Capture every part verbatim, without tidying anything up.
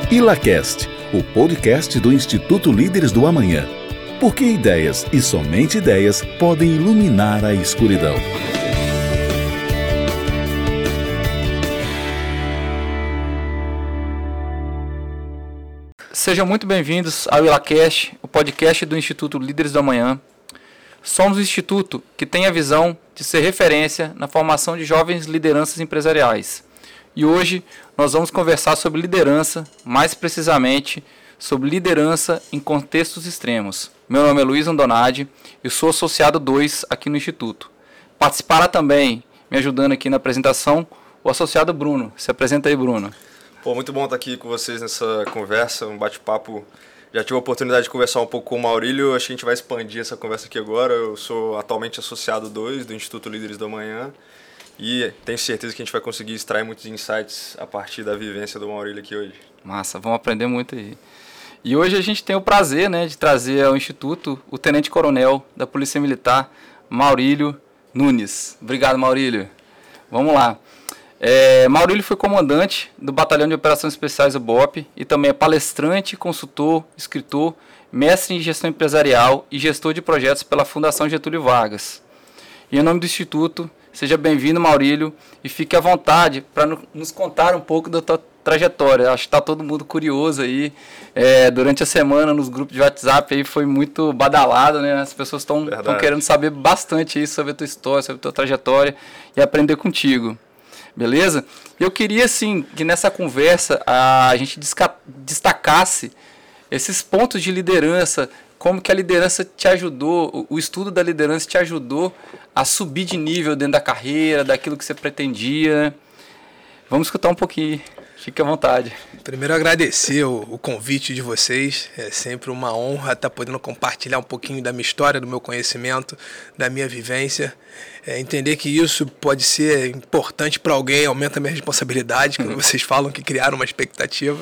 ILACast, o podcast do Instituto Líderes do Amanhã. Porque ideias e somente ideias podem iluminar a escuridão. Sejam muito bem-vindos ao ILACast, o podcast do Instituto Líderes do Amanhã. Somos um instituto que tem a visão de ser referência na formação de jovens lideranças empresariais. E hoje nós vamos conversar sobre liderança, mais precisamente sobre liderança em contextos extremos. Meu nome é Luiz Andonadi, eu sou associado dois aqui no Instituto. Participará também, me ajudando aqui na apresentação, o associado Bruno. Se apresenta aí, Bruno. Pô, muito bom estar aqui com vocês nessa conversa, um bate-papo. Já tive a oportunidade de conversar um pouco com o Maurílio, acho que a gente vai expandir essa conversa aqui agora. Eu sou atualmente associado dois do Instituto Líderes do Amanhã e tenho certeza que a gente vai conseguir extrair muitos insights a partir da vivência do Maurílio aqui hoje. Massa, vamos aprender muito aí. E hoje a gente tem o prazer, né, de trazer ao Instituto o Tenente-Coronel da Polícia Militar, Maurílio Nunes. Obrigado, Maurílio. Vamos lá. É, Maurílio foi comandante do Batalhão de Operações Especiais do B O P e também é palestrante, consultor, escritor, mestre em gestão empresarial e gestor de projetos pela Fundação Getúlio Vargas. E em nome do Instituto, seja bem-vindo, Maurílio, e fique à vontade para nos contar um pouco da tua trajetória. Acho que está todo mundo curioso aí. É, durante a semana, nos grupos de WhatsApp, aí foi muito badalado, né? As pessoas estão querendo saber bastante aí sobre a tua história, sobre a tua trajetória e aprender contigo. Beleza? Eu queria, assim, que nessa conversa a gente destacasse esses pontos de liderança, como que a liderança te ajudou, o estudo da liderança te ajudou a subir de nível dentro da carreira, daquilo que você pretendia. Vamos escutar um pouquinho. Fique à vontade. Primeiro, agradecer o, o convite de vocês. É sempre uma honra estar podendo compartilhar um pouquinho da minha história, do meu conhecimento, da minha vivência. É, entender que isso pode ser importante para alguém, aumenta a minha responsabilidade, quando vocês falam que criaram uma expectativa.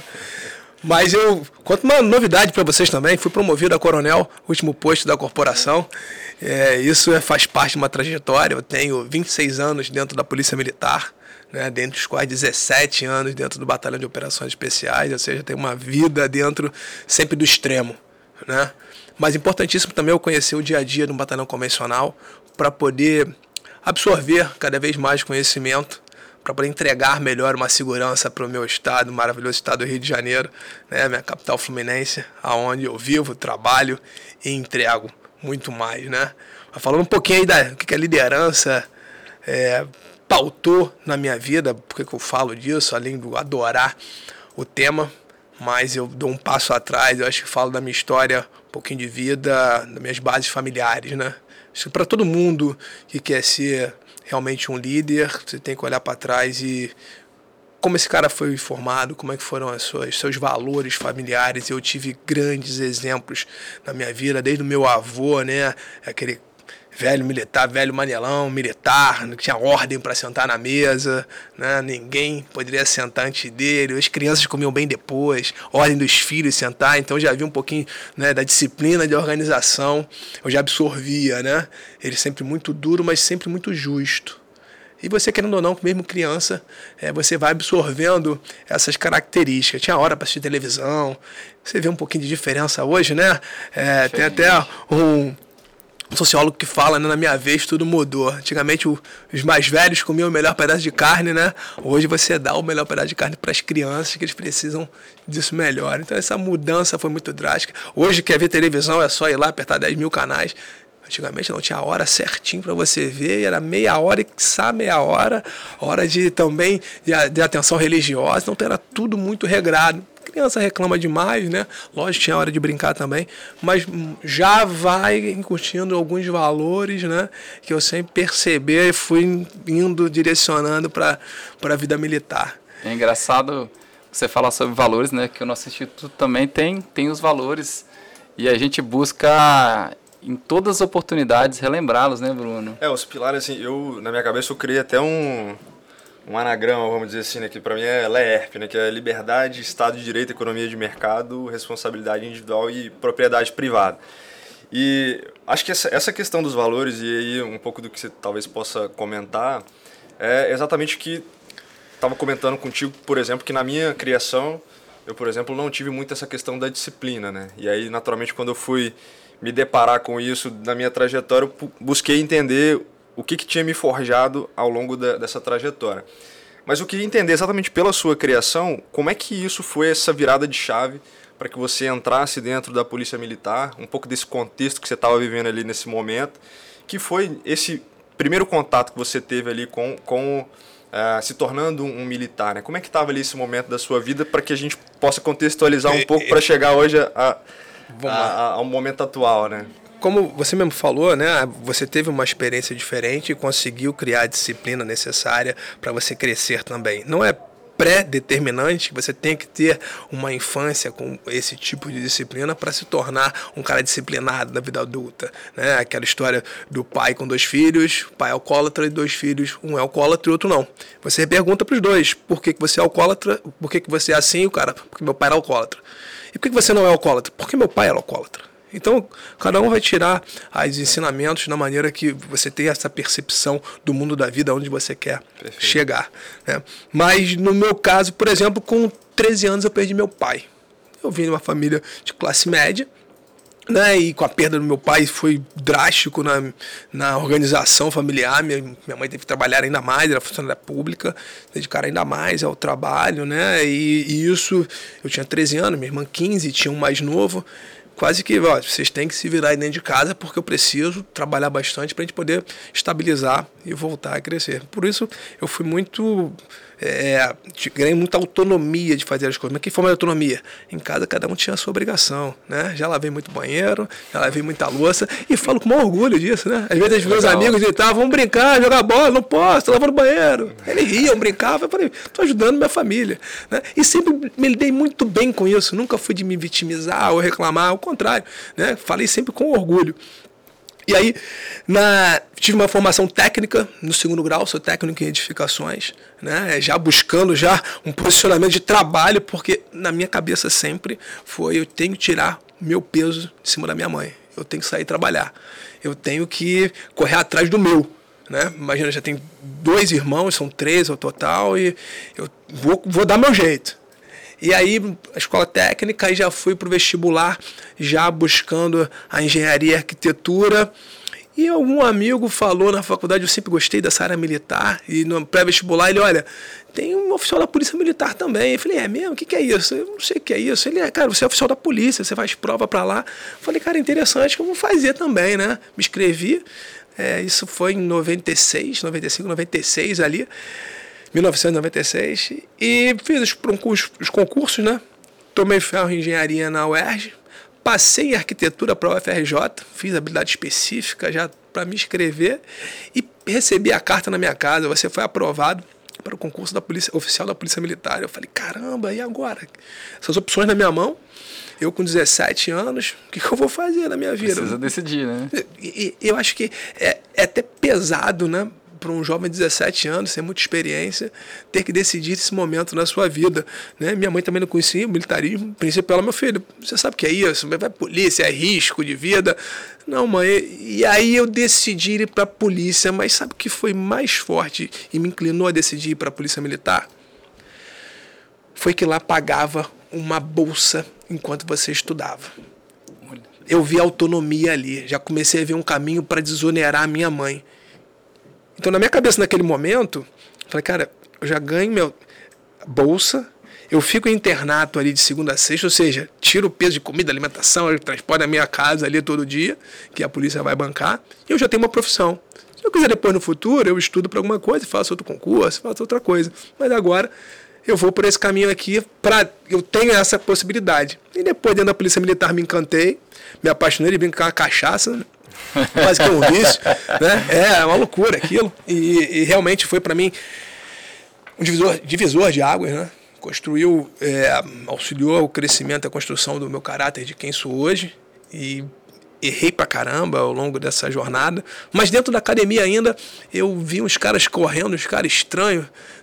Mas eu conto uma novidade para vocês também. Fui promovido a coronel, último posto da corporação. É, isso é, faz parte de uma trajetória. Eu tenho vinte e seis anos dentro da Polícia Militar, né, dentre os quais dezessete anos dentro do Batalhão de Operações Especiais, ou seja, tem uma vida dentro sempre do extremo, né? Mas importantíssimo também eu conhecer o dia a dia de um batalhão convencional para poder absorver cada vez mais conhecimento, para poder entregar melhor uma segurança para o meu estado, o maravilhoso estado do Rio de Janeiro, né, minha capital fluminense, aonde eu vivo, trabalho e entrego muito mais, né? Mas falando um pouquinho aí da que a liderança é, pautou na minha vida, porque que eu falo disso, além de adorar o tema, mas eu dou um passo atrás, eu acho que falo da minha história, um pouquinho de vida, das minhas bases familiares, né? Acho que para todo mundo que quer ser realmente um líder, você tem que olhar para trás e como esse cara foi formado, como é que foram os seus valores familiares. Eu tive grandes exemplos na minha vida, desde o meu avô, né? Aquele velho militar, velho manelão, militar, que tinha ordem para sentar na mesa, né? Ninguém poderia sentar antes dele, as crianças comiam bem depois, ordem dos filhos sentar, então eu já vi um pouquinho, né, da disciplina de organização, eu já absorvia, né? Ele sempre muito duro, mas sempre muito justo. E você, querendo ou não, mesmo criança, é, você vai absorvendo essas características. Tinha hora para assistir televisão, você vê um pouquinho de diferença hoje, né? É, tem até um Um sociólogo que fala, né, na minha vez tudo mudou. Antigamente o, os mais velhos comiam o melhor pedaço de carne, né? Hoje você dá o melhor pedaço de carne para as crianças, que eles precisam disso melhor. Então essa mudança foi muito drástica. Hoje quer ver televisão, é só ir lá apertar dez mil canais. Antigamente não tinha hora certinho para você ver, e era meia hora e quiçá meia hora, hora de também de, de atenção religiosa, então era tudo muito regrado. Criança reclama demais, né? Lógico, tinha hora de brincar também, mas já vai incutindo alguns valores, né? Que eu sempre percebi e fui indo direcionando para a vida militar. É engraçado você falar sobre valores, né? Que o nosso instituto também tem, tem os valores e a gente busca em todas as oportunidades relembrá-los, né, Bruno? É, os pilares, assim, eu, na minha cabeça eu criei até um... um anagrama, vamos dizer assim, né, que para mim é L E R P, né, que é Liberdade, Estado de Direito, Economia de Mercado, Responsabilidade Individual e Propriedade Privada. E acho que essa, essa questão dos valores, e aí um pouco do que você talvez possa comentar, é exatamente o que estava comentando contigo, por exemplo, que na minha criação eu, por exemplo, não tive muito essa questão da disciplina, né? E aí, naturalmente, quando eu fui me deparar com isso na minha trajetória, eu busquei entender o que, que tinha me forjado ao longo da, dessa trajetória. Mas eu queria entender exatamente pela sua criação, como é que isso foi essa virada de chave para que você entrasse dentro da Polícia Militar, um pouco desse contexto que você estava vivendo ali nesse momento, que foi esse primeiro contato que você teve ali com, com uh, se tornando um, um militar, né? Como é que estava ali esse momento da sua vida para que a gente possa contextualizar um pouco para chegar hoje a, a, a, ao momento atual, né? Como você mesmo falou, né, você teve uma experiência diferente e conseguiu criar a disciplina necessária para você crescer também. Não é pré-determinante, você tem que ter uma infância com esse tipo de disciplina para se tornar um cara disciplinado na vida adulta, né? Aquela história do pai com dois filhos, pai alcoólatra e dois filhos, um é alcoólatra e outro não. Você pergunta para os dois, por que, que você é alcoólatra, por que, que você é assim, e o cara, porque meu pai era alcoólatra. E por que, que você não é alcoólatra? Porque meu pai era alcoólatra. Então, cada um vai tirar os ensinamentos da maneira que você tem essa percepção do mundo da vida, onde você quer Perfeito. chegar, né? Mas, no meu caso, por exemplo, com treze anos eu perdi meu pai. Eu vim de uma família de classe média, né? E com a perda do meu pai foi drástico na, na organização familiar. Minha, minha mãe teve que trabalhar ainda mais, era funcionária pública, dedicar ainda mais ao trabalho, né? E, e isso, eu tinha treze anos, minha irmã quinze, tinha um mais novo. Quase que, ó, vocês têm que se virar aí dentro de casa porque eu preciso trabalhar bastante para a gente poder estabilizar e voltar a crescer. Por isso, eu fui muito... É, ganhei muita autonomia de fazer as coisas. Mas que forma de autonomia? Em casa, cada um tinha a sua obrigação, né? Já lavei muito banheiro, já lavei muita louça e falo com maior orgulho disso, né? Às vezes, os meus Legal. amigos gritavam, vamos brincar, jogar bola, não posso, tô lavando banheiro. Eles riam, brincavam, eu falei, tô ajudando minha família, né? E sempre me lidei muito bem com isso, nunca fui de me vitimizar ou reclamar, ao contrário, né? Falei sempre com orgulho. E aí, na, tive uma formação técnica no segundo grau, sou técnico em edificações, né? Já buscando já um posicionamento de trabalho, porque na minha cabeça sempre foi, eu tenho que tirar meu peso de cima da minha mãe, eu tenho que sair trabalhar, eu tenho que correr atrás do meu, né? Imagina, já tenho dois irmãos, são três ao total, e eu vou, vou dar meu jeito. E aí, a escola técnica, aí já fui para o vestibular, já buscando a engenharia e arquitetura. E algum amigo falou na faculdade, eu sempre gostei dessa área militar, e no pré-vestibular ele, olha, tem um oficial da Polícia Militar também. Eu falei, é mesmo? O que, que é isso? Eu não sei o que é isso. Ele, é, cara, você é oficial da polícia, você faz prova para lá. Eu falei, cara, interessante, que eu vou fazer também, né? Me inscrevi, é, isso foi em noventa e seis, noventa e cinco, noventa e seis ali. mil novecentos e noventa e seis, e fiz os, concursos, os concursos, né? Tomei ferro em engenharia na U E R J, passei em arquitetura para a U F R J, fiz habilidade específica já para me inscrever e recebi a carta na minha casa, você foi aprovado para o concurso da polícia, oficial da Polícia Militar. Eu falei, caramba, e agora? Essas opções na minha mão, eu com dezessete anos, o que, que eu vou fazer na minha vida? Precisa decidir, né? E, e, eu acho que é, é até pesado, né? Para um jovem de dezessete anos, sem muita experiência, ter que decidir esse momento na sua vida, né? Minha mãe também não conhecia o militarismo, o princípio ela, meu filho, você sabe o que é isso? Vai polícia, é risco de vida. Não, mãe, e aí eu decidi ir para a polícia, mas sabe o que foi mais forte e me inclinou a decidir ir para a Polícia Militar? Foi que lá pagava uma bolsa enquanto você estudava. Eu vi autonomia ali, já comecei a ver um caminho para desonerar a minha mãe. Então, na minha cabeça, naquele momento, eu falei, cara, eu já ganho minha bolsa, eu fico em internato ali de segunda a sexta, ou seja, tiro o peso de comida, alimentação, eu transporte na minha casa ali todo dia, que a polícia vai bancar, e eu já tenho uma profissão. Se eu quiser depois no futuro, eu estudo para alguma coisa, faço outro concurso, faço outra coisa. Mas agora, eu vou por esse caminho aqui, pra, eu tenho essa possibilidade. E depois, dentro da Polícia Militar, me encantei, me apaixonei de brincar com a cachaça, quase que um vício, né? É uma loucura aquilo. E, e realmente foi para mim um divisor, divisor de águas, né? Construiu, é, auxiliou o crescimento, a construção do meu caráter de quem sou hoje. E errei pra caramba ao longo dessa jornada. Mas dentro da academia ainda, eu vi uns caras correndo, uns caras estranhos,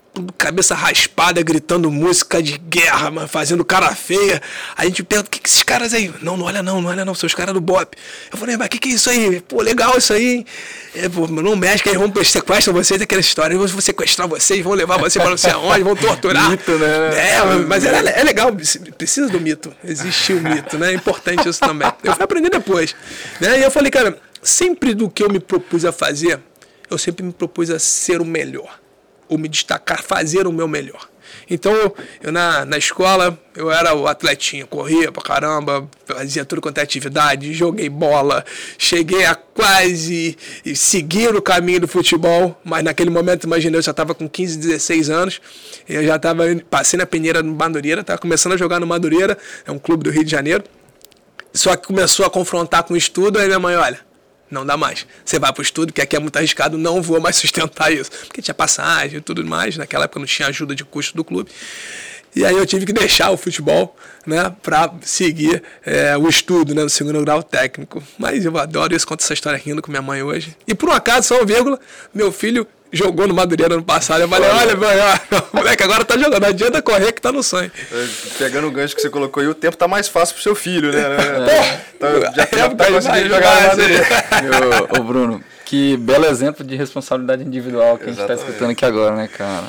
tudo cabeça raspada, gritando música de guerra, mano, fazendo cara feia. A gente pergunta, o que que esses caras aí? Não, não olha não, não olha não, são os caras do Bop. Eu falei, mas o que que é isso aí? Pô, legal isso aí, hein? É, pô, não mexe, que eles vão sequestrar vocês, aquela história, eles vão sequestrar vocês, vão levar você para não sei aonde, vão torturar. Mito, né? É, mas é, é legal, precisa do mito, existe o mito, né? É importante isso também. Eu fui aprender depois, né? E eu falei, cara, sempre do que eu me propus a fazer, eu sempre me propus a ser o melhor, ou me destacar, fazer o meu melhor. Então, eu na, na escola, eu era o atletinha, corria pra caramba, fazia tudo quanto é atividade, joguei bola, cheguei a quase seguir o caminho do futebol, mas naquele momento, imaginei, eu já estava com quinze, dezesseis anos, eu já estava, passei na peneira no Madureira, estava começando a jogar no Madureira, é um clube do Rio de Janeiro, só que começou a confrontar com o estudo, aí minha mãe, olha, não dá mais. Você vai pro estudo, que aqui é muito arriscado, não vou mais sustentar isso. Porque tinha passagem e tudo mais, naquela época não tinha ajuda de custo do clube. E aí eu tive que deixar o futebol, né, para seguir é, o estudo, né, no segundo grau técnico. Mas eu adoro isso, conto essa história rindo com minha mãe hoje. E por um acaso, só uma vírgula, meu filho jogou no Madureira ano passado. Eu falei, olha, olha moleque, agora tá jogando, não adianta correr que tá no sonho. Pegando o gancho que você colocou aí, o tempo tá mais fácil pro seu filho, né? É. Então, já, já tá conseguindo jogar no Madureira. Ô, ô, Bruno, que belo exemplo de responsabilidade individual que Exatamente. A gente tá escutando aqui agora, né, cara?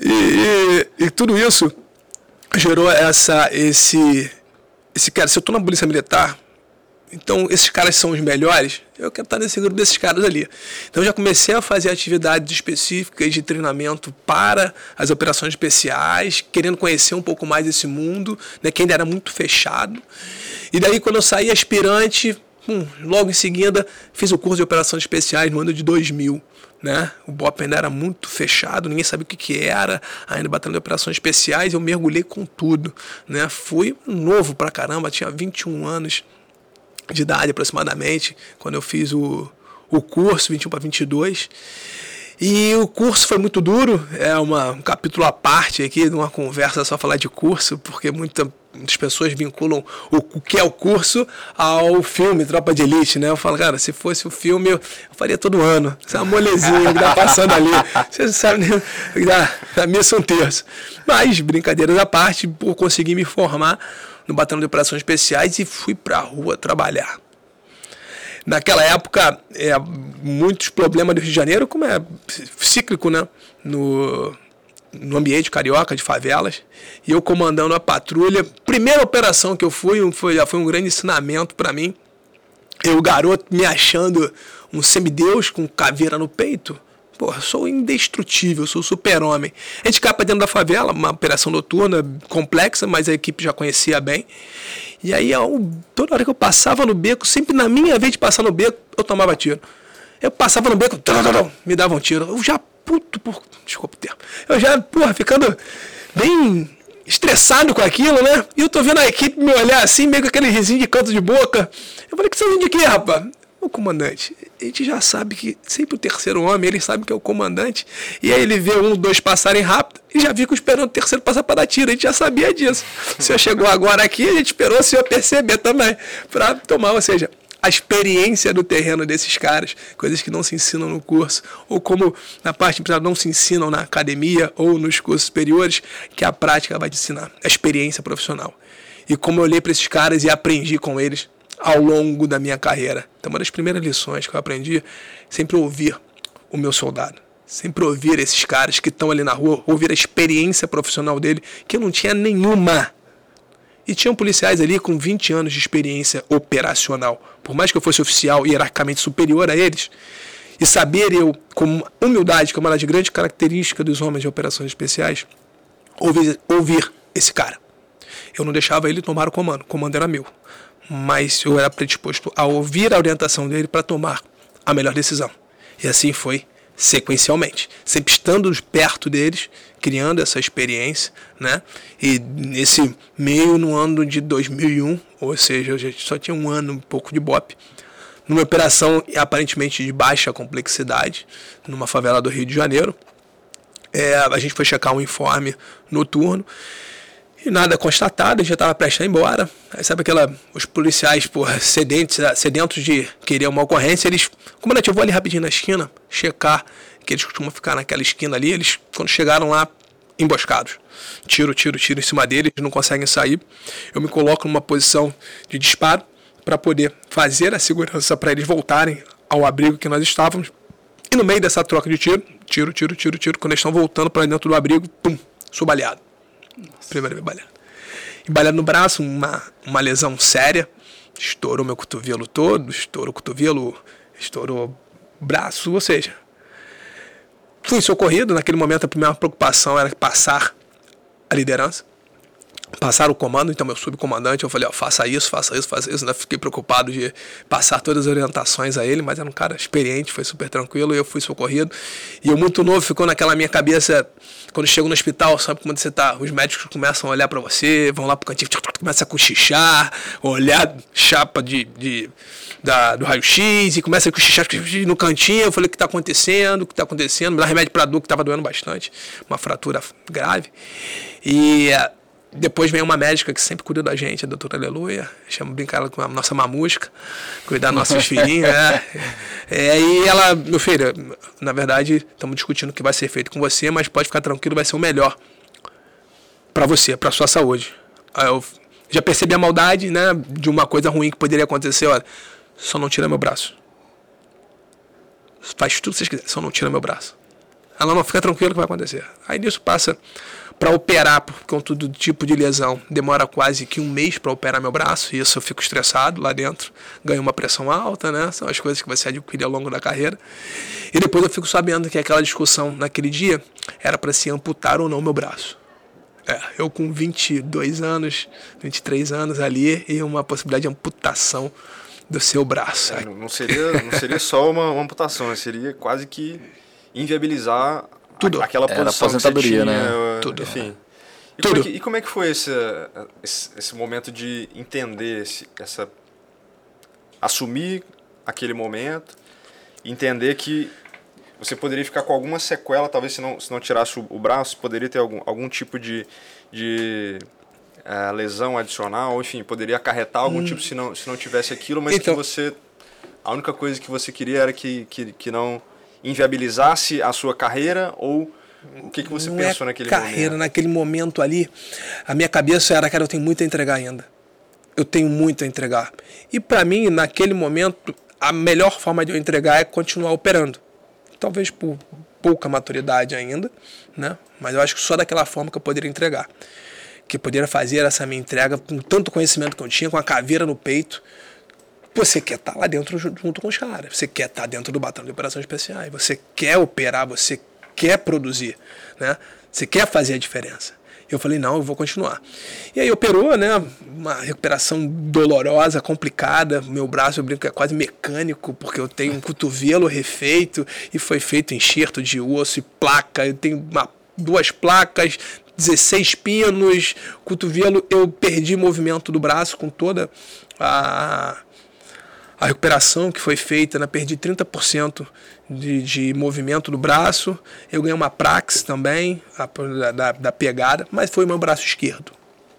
E, e, e tudo isso gerou essa, esse, esse cara, se eu tô na polícia militar, então esses caras são os melhores, eu quero estar nesse grupo desses caras ali. Então eu já comecei a fazer atividades específicas de treinamento para as operações especiais, querendo conhecer um pouco mais esse mundo, né, que ainda era muito fechado. E daí quando eu saí aspirante, hum, logo em seguida fiz o curso de operações especiais no ano de dois mil. Né? O Bop ainda era muito fechado, ninguém sabia o que, que era, ainda batalhão de operações especiais, eu mergulhei com tudo, né? Fui novo pra caramba, tinha vinte e um anos de idade aproximadamente, quando eu fiz o, o curso, vinte e um para vinte e dois, e o curso foi muito duro, é uma, um capítulo à parte aqui, de uma conversa só falar de curso, porque muita, muitas pessoas vinculam o, o que é o curso ao filme Tropa de Elite, né? Eu falo, cara, se fosse o filme, eu faria todo ano, isso é uma molezinha que tá passando ali, você sabe, da, da missa um terço. Mas, brincadeiras à parte, por conseguir me formar no Batalhão de Operações Especiais e fui pra rua trabalhar. Naquela época, é, muitos problemas do Rio de Janeiro, como é cíclico, né? No, no ambiente carioca, de favelas. E eu comandando a patrulha. Primeira operação que eu fui, foi, já foi um grande ensinamento para mim. Eu, garoto, me achando um semideus com caveira no peito. Porra, sou indestrutível, sou super-homem. A gente cai pra dentro da favela, uma operação noturna complexa, mas a equipe já conhecia bem. E aí, eu, toda hora que eu passava no beco, sempre na minha vez de passar no beco, eu tomava tiro. Eu passava no beco, me dava um tiro. Eu já, puto, por, desculpa o termo, eu já, porra, ficando bem estressado com aquilo, né? E eu tô vendo a equipe me olhar assim, meio com aquele risinho de canto de boca. Eu falei, que você vem de quê, rapaz? O comandante, a gente já sabe que sempre o terceiro homem, ele sabe que é o comandante, e aí ele vê um, dois passarem rápido e já fica esperando o terceiro passar para dar tiro, a gente já sabia disso. O senhor chegou agora aqui, a gente esperou o senhor perceber também, para tomar, ou seja, a experiência do terreno desses caras, coisas que não se ensinam no curso, ou como na parte empresarial não se ensinam na academia ou nos cursos superiores, que a prática vai te ensinar, a experiência profissional. E como eu olhei para esses caras e aprendi com eles ao longo da minha carreira. Então, uma das primeiras lições que eu aprendi, sempre ouvir o meu soldado, sempre ouvir esses caras que estão ali na rua, ouvir a experiência profissional dele, que eu não tinha nenhuma. E tinham policiais ali com vinte anos de experiência operacional. Por mais que eu fosse oficial hierarquicamente superior a eles, e saber eu, com humildade, que é uma das grandes características dos homens de operações especiais, ouvir, ouvir esse cara. Eu não deixava ele tomar o comando, o comando era meu. Mas eu era predisposto a ouvir a orientação dele para tomar a melhor decisão. E assim foi sequencialmente, sempre estando perto deles, criando essa experiência, né? E nesse meio, no ano de dois mil e um, ou seja, eu já só tinha um ano, um pouco de Bop, numa operação aparentemente de baixa complexidade, numa favela do Rio de Janeiro, é, a gente foi checar um informe noturno, e nada constatado, a gente já estava prestes a ir embora. Aí sabe aquela, os policiais, porra, sedentes, sedentos de querer uma ocorrência, eles, comandante, eu vou ali rapidinho na esquina, checar, que eles costumam ficar naquela esquina ali, eles, quando chegaram lá, emboscados. Tiro, tiro, tiro em cima deles, eles não conseguem sair. Eu me coloco numa posição de disparo para poder fazer a segurança para eles voltarem ao abrigo que nós estávamos. E no meio dessa troca de tiro, tiro, tiro, tiro, tiro, quando eles estão voltando para dentro do abrigo, pum, sou baleado. Nossa. Primeira vez baleado. E baleado no braço, uma, uma lesão séria. Estourou meu cotovelo todo, estourou o cotovelo, estourou o braço, ou seja, fui socorrido. Naquele momento a primeira preocupação era passar a liderança, passar o comando. Então meu subcomandante, eu falei, ó, faça isso, faça isso, faça isso. Eu fiquei preocupado de passar todas as orientações a ele, mas era um cara experiente, foi super tranquilo, e eu fui socorrido. E eu muito novo, ficou naquela minha cabeça, quando chego no hospital, sabe como você tá? Os médicos começam a olhar pra você, vão lá pro cantinho, começa a cochichar, olhar chapa de, de, da, do raio-x, e começa a cochichar no cantinho. Eu falei, o que tá acontecendo? O que tá acontecendo? Me dá remédio pra dor, que tava doendo bastante, uma fratura grave. E depois vem uma médica que sempre cuida da gente, a doutora Aleluia, chama, brincar ela com a nossa mamusca, cuidar dos nossos filhinhos, né? É, e ela, meu filho, na verdade, estamos discutindo o que vai ser feito com você, mas pode ficar tranquilo, vai ser o melhor para você, para sua saúde. Aí eu já percebi a maldade, né, de uma coisa ruim que poderia acontecer, olha, só não tira meu braço. Faz tudo que vocês quiserem, só não tira meu braço. Ela não, fica tranquilo que vai acontecer. Aí nisso passa para operar por conta do tipo de lesão. Demora quase que um mês para operar meu braço, e isso eu fico estressado lá dentro. Ganho uma pressão alta, né? São as coisas que você adquire ao longo da carreira. E depois eu fico sabendo que aquela discussão naquele dia era para se amputar ou não meu braço. É, eu com vinte e dois anos, vinte e três anos ali, e uma possibilidade de amputação do seu braço. É, não, seria, não seria só uma, uma amputação, seria quase que inviabilizar tudo. A, aquela posição Era aposentadoria, que você tinha, né? Tudo. Enfim. E, Tudo. Como é que, e como é que foi esse, esse, esse momento de entender, esse, essa, assumir aquele momento, entender que você poderia ficar com alguma sequela, talvez se não, se não tirasse o, o braço, poderia ter algum, algum tipo de, de uh, lesão adicional, enfim, poderia acarretar algum hum. tipo se não, se não tivesse aquilo, mas então, que você, a única coisa que você queria era que, que, que não inviabilizasse a sua carreira, ou o que, que você não pensou é naquele carreira, momento? Naquele momento ali, a minha cabeça era, cara, eu tenho muito a entregar ainda. Eu tenho muito a entregar. E para mim, naquele momento, a melhor forma de eu entregar é continuar operando. Talvez por pouca maturidade ainda, né? Mas eu acho que só daquela forma que eu poderia entregar. Que eu poderia fazer essa minha entrega com tanto conhecimento que eu tinha, com a caveira no peito. Você quer estar lá dentro junto com os caras. Você quer estar dentro do batalhão de operações especiais. Você quer operar, você quer produzir, né? Você quer fazer a diferença. Eu falei, não, eu vou continuar. E aí operou, né? Uma recuperação dolorosa, complicada. Meu braço, eu brinco, é quase mecânico, porque eu tenho um cotovelo refeito e foi feito enxerto de osso e placa. Eu tenho uma, duas placas, dezesseis pinos, cotovelo. Eu perdi movimento do braço com toda a... A recuperação que foi feita, né, perdi trinta por cento de, de movimento do braço. Eu ganhei uma praxe também, a, da, da pegada, mas foi o meu braço esquerdo.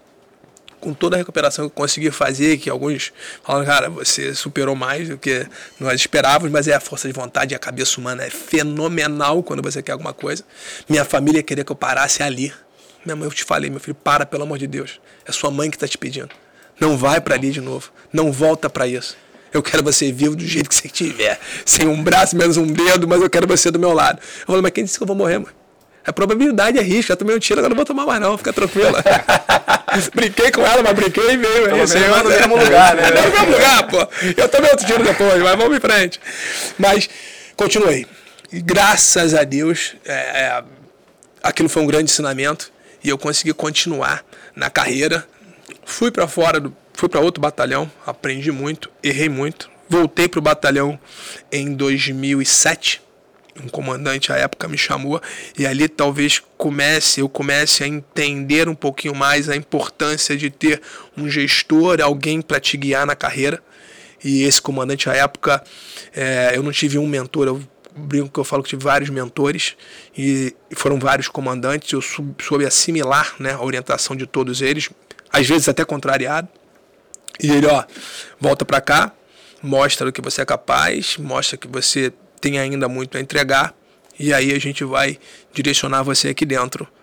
Com toda a recuperação que eu consegui fazer, que alguns falam, cara, você superou mais do que nós esperávamos, mas é a força de vontade e a cabeça humana é fenomenal quando você quer alguma coisa. Minha família queria que eu parasse ali. Minha mãe, eu te falei, meu filho, para, pelo amor de Deus. É sua mãe que está te pedindo. Não vai para ali de novo. Não volta para isso. Eu quero você vivo do jeito que você estiver. Sem um braço, menos um dedo, mas eu quero você do meu lado. Eu falei, mas quem disse que eu vou morrer, mãe? A probabilidade é risco. Eu tomei um tiro, agora não vou tomar mais não, fica tranquila. Brinquei com ela, mas brinquei e veio. Então, você é no mesmo lugar, né? É no mesmo lugar, pô. Eu tomei outro tiro depois, mas vamos em frente. Mas continuei. E graças a Deus, é, é, aquilo foi um grande ensinamento e eu consegui continuar na carreira. Fui para fora do Fui para outro batalhão, aprendi muito, errei muito. Voltei para o batalhão em dois mil e sete. Um comandante à época me chamou e ali talvez comece, eu comece a entender um pouquinho mais a importância de ter um gestor, alguém para te guiar na carreira. E esse comandante à época, é, eu não tive um mentor, eu brinco que eu falo que tive vários mentores e foram vários comandantes. Eu soube assimilar, né, a orientação de todos eles, às vezes até contrariado. E ele, ó, volta pra cá, mostra o que você é capaz, mostra que você tem ainda muito a entregar, e aí a gente vai direcionar você aqui dentro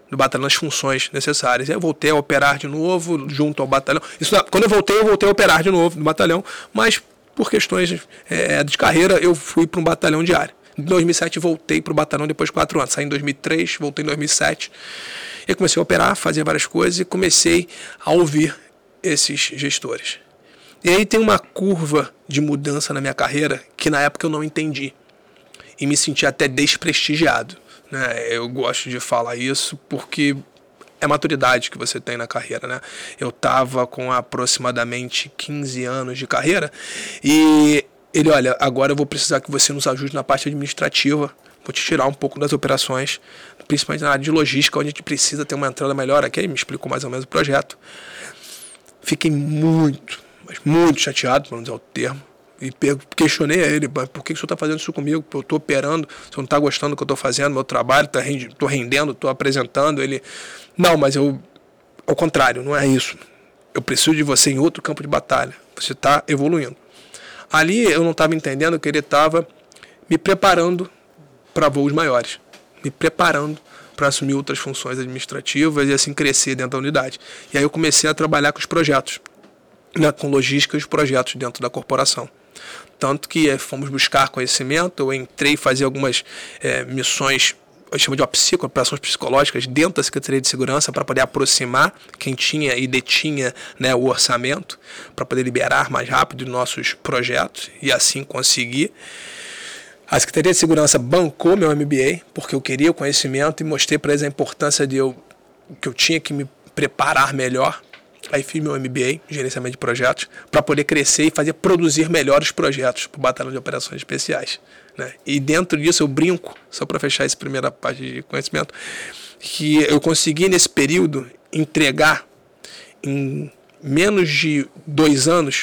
do batalhão as funções necessárias. Aí eu voltei a operar de novo junto ao batalhão. Isso, quando eu voltei, eu voltei a operar de novo no batalhão, mas por questões é, de carreira eu fui para um batalhão diário. Em dois mil e sete voltei para o batalhão depois de quatro anos. Saí em dois mil e três, voltei em dois mil e sete. E comecei a operar, fazer várias coisas e comecei a ouvir esses gestores. E aí tem uma curva de mudança na minha carreira que na época eu não entendi. E me senti até desprestigiado. Né? Eu gosto de falar isso porque é maturidade que você tem na carreira. Né? Eu estava com aproximadamente quinze anos de carreira e ele, olha, agora eu vou precisar que você nos ajude na parte administrativa. Vou te tirar um pouco das operações, principalmente na área de logística, onde a gente precisa ter uma entrada melhor. Aqui ele me explicou mais ou menos o projeto. Fiquei muito, mas muito chateado, para não dizer o termo. E questionei a ele, por que o senhor está fazendo isso comigo? Eu estou operando, o senhor não está gostando do que eu estou fazendo, meu trabalho, estou rendendo, estou apresentando. Ele, não, mas eu, ao contrário, não é isso. Eu preciso de você em outro campo de batalha. Você está evoluindo. Ali eu não estava entendendo que ele estava me preparando para voos maiores, me preparando para assumir outras funções administrativas e assim crescer dentro da unidade. E aí eu comecei a trabalhar com os projetos, né, com logística e os projetos dentro da corporação. Tanto que é, fomos buscar conhecimento, eu entrei a fazer algumas é, missões, eu chamo de opsico, operações psicológicas, dentro da Secretaria de Segurança para poder aproximar quem tinha e detinha, né, o orçamento, para poder liberar mais rápido nossos projetos e assim conseguir. A Secretaria de Segurança bancou meu M B A, porque eu queria o conhecimento e mostrei para eles a importância de eu, que eu tinha que me preparar melhor. Aí fiz meu M B A, gerenciamento de projetos, para poder crescer e fazer produzir melhores projetos para o Batalhão de Operações Especiais. Né? E dentro disso eu brinco, só para fechar essa primeira parte de conhecimento, que eu consegui nesse período entregar em menos de dois anos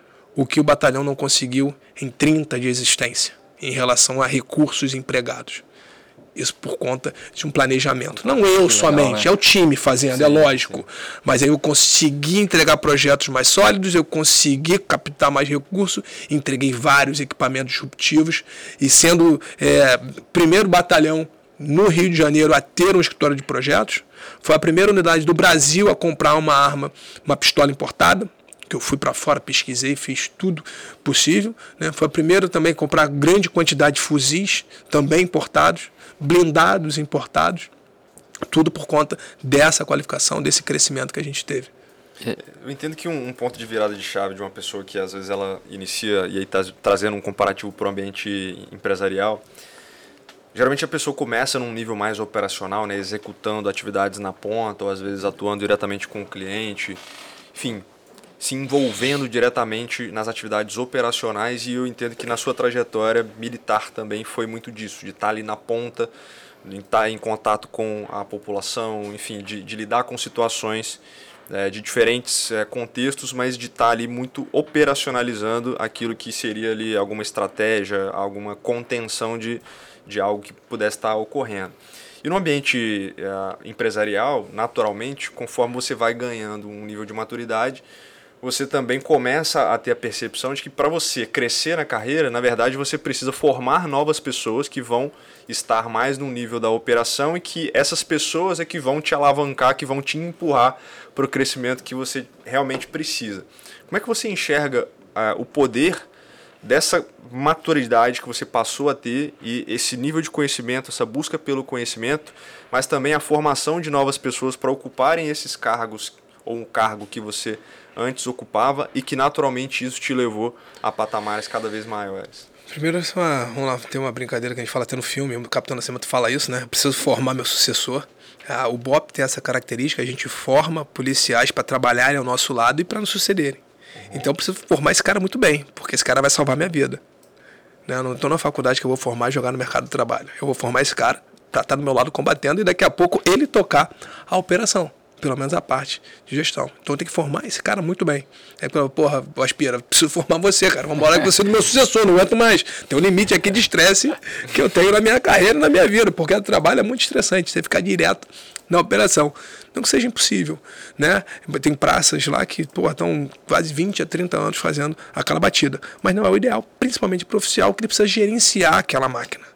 o que o batalhão não conseguiu em trinta de existência, em relação a recursos empregados. Isso por conta de um planejamento. Não eu somente, legal, né? É o time fazendo, sim, é lógico. Sim. Mas aí eu consegui entregar projetos mais sólidos, eu consegui captar mais recursos, entreguei vários equipamentos disruptivos e sendo é, primeiro batalhão no Rio de Janeiro a ter um escritório de projetos, foi a primeira unidade do Brasil a comprar uma arma, uma pistola importada, que eu fui para fora, pesquisei, fiz tudo possível. Né? Foi a primeira também a comprar grande quantidade de fuzis, também importados, blindados importados, tudo por conta dessa qualificação, desse crescimento que a gente teve. Eu entendo que um, um ponto de virada de chave de uma pessoa que às vezes ela inicia, e aí está trazendo um comparativo para o ambiente empresarial, geralmente a pessoa começa num nível mais operacional, né, executando atividades na ponta, ou às vezes atuando diretamente com o cliente, enfim, se envolvendo diretamente nas atividades operacionais, e eu entendo que na sua trajetória militar também foi muito disso, de estar ali na ponta, de estar em contato com a população, enfim, de, de lidar com situações é, de diferentes é, contextos, mas de estar ali muito operacionalizando aquilo que seria ali alguma estratégia, alguma contenção de, de algo que pudesse estar ocorrendo. E no ambiente é, empresarial, naturalmente, conforme você vai ganhando um nível de maturidade, você também começa a ter a percepção de que para você crescer na carreira, na verdade você precisa formar novas pessoas que vão estar mais no nível da operação e que essas pessoas é que vão te alavancar, que vão te empurrar para o crescimento que você realmente precisa. Como é que você enxerga uh, o poder dessa maturidade que você passou a ter e esse nível de conhecimento, essa busca pelo conhecimento, mas também a formação de novas pessoas para ocuparem esses cargos ou um cargo que você antes ocupava e que naturalmente isso te levou a patamares cada vez maiores? Primeiro, uma, vamos lá, tem uma brincadeira que a gente fala até no filme, o Capitão Nascimento fala isso, né? Eu preciso formar meu sucessor. Ah, o B O P tem essa característica, a gente forma policiais para trabalharem ao nosso lado e para nos sucederem. Uhum. Então eu preciso formar esse cara muito bem, porque esse cara vai salvar minha vida. Né? Eu não estou na faculdade que eu vou formar e jogar no mercado do trabalho. Eu vou formar esse cara para estar do meu lado combatendo e daqui a pouco ele tocar a operação. Pelo menos a parte de gestão. Então eu tenho que formar esse cara muito bem. Aí, porra, Aspira, preciso formar você, cara. Vamos embora que você é do meu sucessor, não aguento mais. Tem um limite aqui de estresse que eu tenho na minha carreira e na minha vida, porque o trabalho é muito estressante, você ficar direto na operação. Não que seja impossível, né? Tem praças lá que, porra, estão quase vinte a trinta anos fazendo aquela batida. Mas não é o ideal, principalmente para o oficial, que ele precisa gerenciar aquela máquina.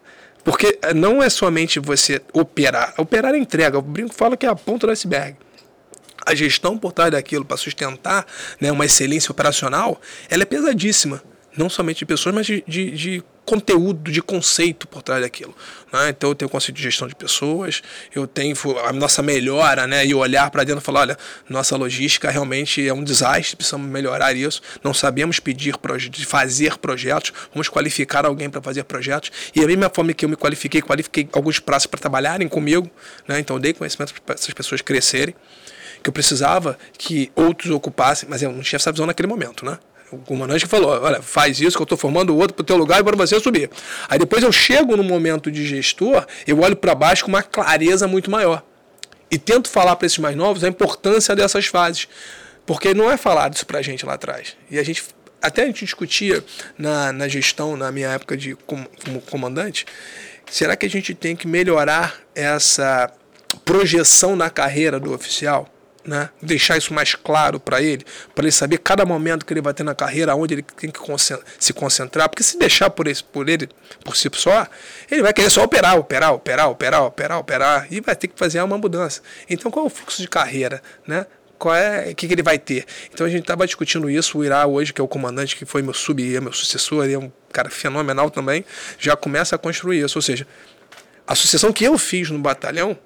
Porque não é somente você operar. Operar é entrega. O brinco fala que é a ponta do iceberg. A gestão por trás daquilo para sustentar, né, uma excelência operacional, ela é pesadíssima. Não somente de pessoas, mas de, de, de conteúdo, de conceito por trás daquilo. Né? Então eu tenho o conceito de gestão de pessoas, eu tenho a nossa melhora, né, e olhar para dentro e falar, olha, nossa logística realmente é um desastre, precisamos melhorar isso, não sabemos pedir, proje- fazer projetos, vamos qualificar alguém para fazer projetos. E a mesma forma que eu me qualifiquei, qualifiquei alguns praças para trabalharem comigo, né? Então eu dei conhecimento para essas pessoas crescerem, que eu precisava que outros ocupassem, mas eu não tinha essa visão naquele momento, né? O comandante falou, olha, faz isso que eu estou formando o outro para o teu lugar e para você subir. Aí depois eu chego no momento de gestor, eu olho para baixo com uma clareza muito maior. E tento falar para esses mais novos a importância dessas fases. Porque não é falado isso para a gente lá atrás. E a gente, até a gente discutia na, na gestão, na minha época de como, como comandante, será que a gente tem que melhorar essa projeção na carreira do oficial? Né? Deixar isso mais claro para ele, para ele saber cada momento que ele vai ter na carreira, onde ele tem que se concentrar, porque se deixar por, esse, por ele por si só, ele vai querer só operar, operar, operar, operar, operar, operar, e vai ter que fazer uma mudança. Então qual é o fluxo de carreira, né? Qual é, o que, que ele vai ter? Então a gente estava discutindo isso, o Irá hoje, que é o comandante, que foi meu sub, é meu sucessor, ele é um cara fenomenal também, já começa a construir isso, ou seja, a sucessão que eu fiz no batalhão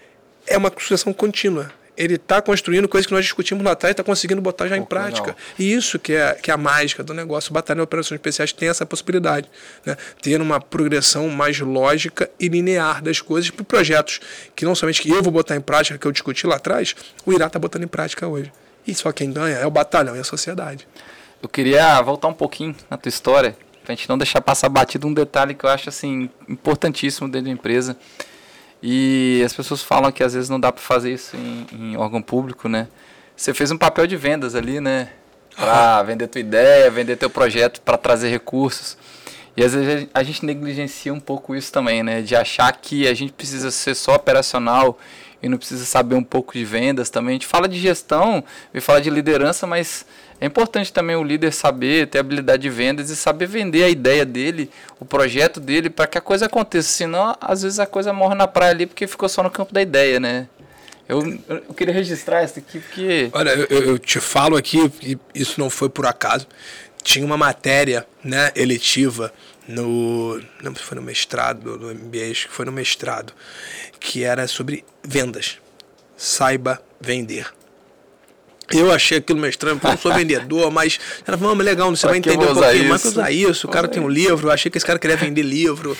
é uma sucessão contínua. Ele está construindo coisas que nós discutimos lá atrás e está conseguindo botar já em prática. E isso que é, que é a mágica do negócio. O Batalhão de Operações Especiais tem essa possibilidade, né? Ter uma progressão mais lógica e linear das coisas para projetos que não somente que eu vou botar em prática, que eu discuti lá atrás, o Irá está botando em prática hoje. E só quem ganha é o batalhão e a sociedade. Eu queria voltar um pouquinho na tua história, para a gente não deixar passar batido um detalhe que eu acho assim, importantíssimo dentro da empresa. E as pessoas falam que às vezes não dá para fazer isso em, em órgão público, né? Você fez um papel de vendas ali, né? Para vender tua ideia, vender teu projeto, para trazer recursos. E às vezes a gente negligencia um pouco isso também, né? De achar que a gente precisa ser só operacional e não precisa saber um pouco de vendas também. A gente fala de gestão e fala de liderança, mas é importante também o líder saber, ter habilidade de vendas e saber vender a ideia dele, o projeto dele, para que a coisa aconteça. Senão, às vezes a coisa morre na praia ali porque ficou só no campo da ideia, né? Eu, eu queria registrar isso aqui porque... Olha, eu, eu te falo aqui, e isso não foi por acaso, tinha uma matéria, né, eletiva no... não sei se foi no mestrado, no M B A, acho que foi no mestrado, que era sobre vendas. Saiba vender. Eu achei aquilo meio estranho, porque eu não sou vendedor, mas era vamos, legal, você vai entender um pouquinho, mas que usar isso, o cara tem um livro, eu achei que esse cara queria vender livro.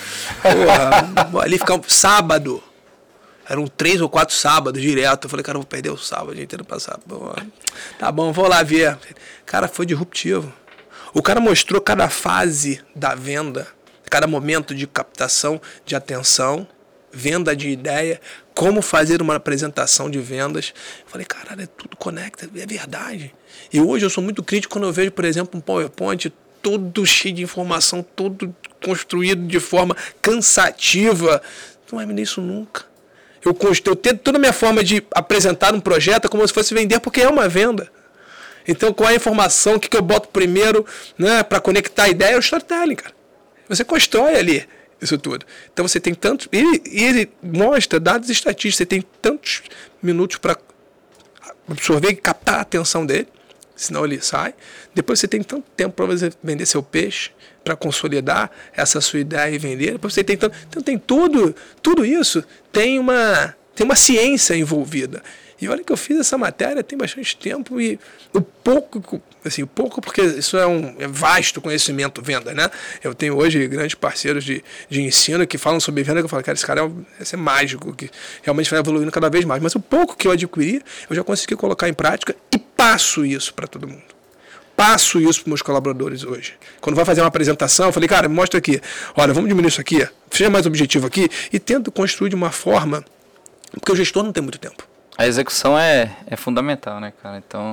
Porra, ali ficava sábado. Eram três ou quatro sábados direto. Eu falei, cara, eu vou perder o sábado o dia inteiro pra sábado. Tá bom, vou lá ver. Cara, foi disruptivo. O cara mostrou cada fase da venda, cada momento de captação de atenção, venda de ideia, como fazer uma apresentação de vendas. Eu falei, caralho, é tudo conecta, é verdade. E hoje eu sou muito crítico quando eu vejo, por exemplo, um PowerPoint todo cheio de informação, todo construído de forma cansativa. Não vai vender isso nunca. Eu, eu tento toda a minha forma de apresentar um projeto como se fosse vender, porque é uma venda. Então, qual é a informação, o que, que eu boto primeiro, né, para conectar a ideia? É o storytelling, cara. Você constrói ali isso tudo. Então você tem tantos... E ele mostra dados estatísticos. Você tem tantos minutos para absorver e captar a atenção dele, senão ele sai. Depois você tem tanto tempo para você vender seu peixe, para consolidar essa sua ideia e vender. Depois você tem tanto... Então tem tudo, tudo isso tem uma, tem uma ciência envolvida. E olha que eu fiz essa matéria tem bastante tempo e o pouco, assim, o pouco porque isso é um é vasto conhecimento venda, né? Eu tenho hoje grandes parceiros de, de ensino que falam sobre venda, que eu falo, cara, esse cara é, um, esse é mágico, que realmente vai evoluindo cada vez mais. Mas o pouco que eu adquiri, eu já consegui colocar em prática e passo isso para todo mundo. Passo isso para meus colaboradores hoje. Quando vai fazer uma apresentação, eu falei, cara, me mostra aqui. Olha, vamos diminuir isso aqui, seja mais objetivo aqui e tento construir de uma forma, porque o gestor não tem muito tempo. A execução é, é fundamental, né, cara? Então,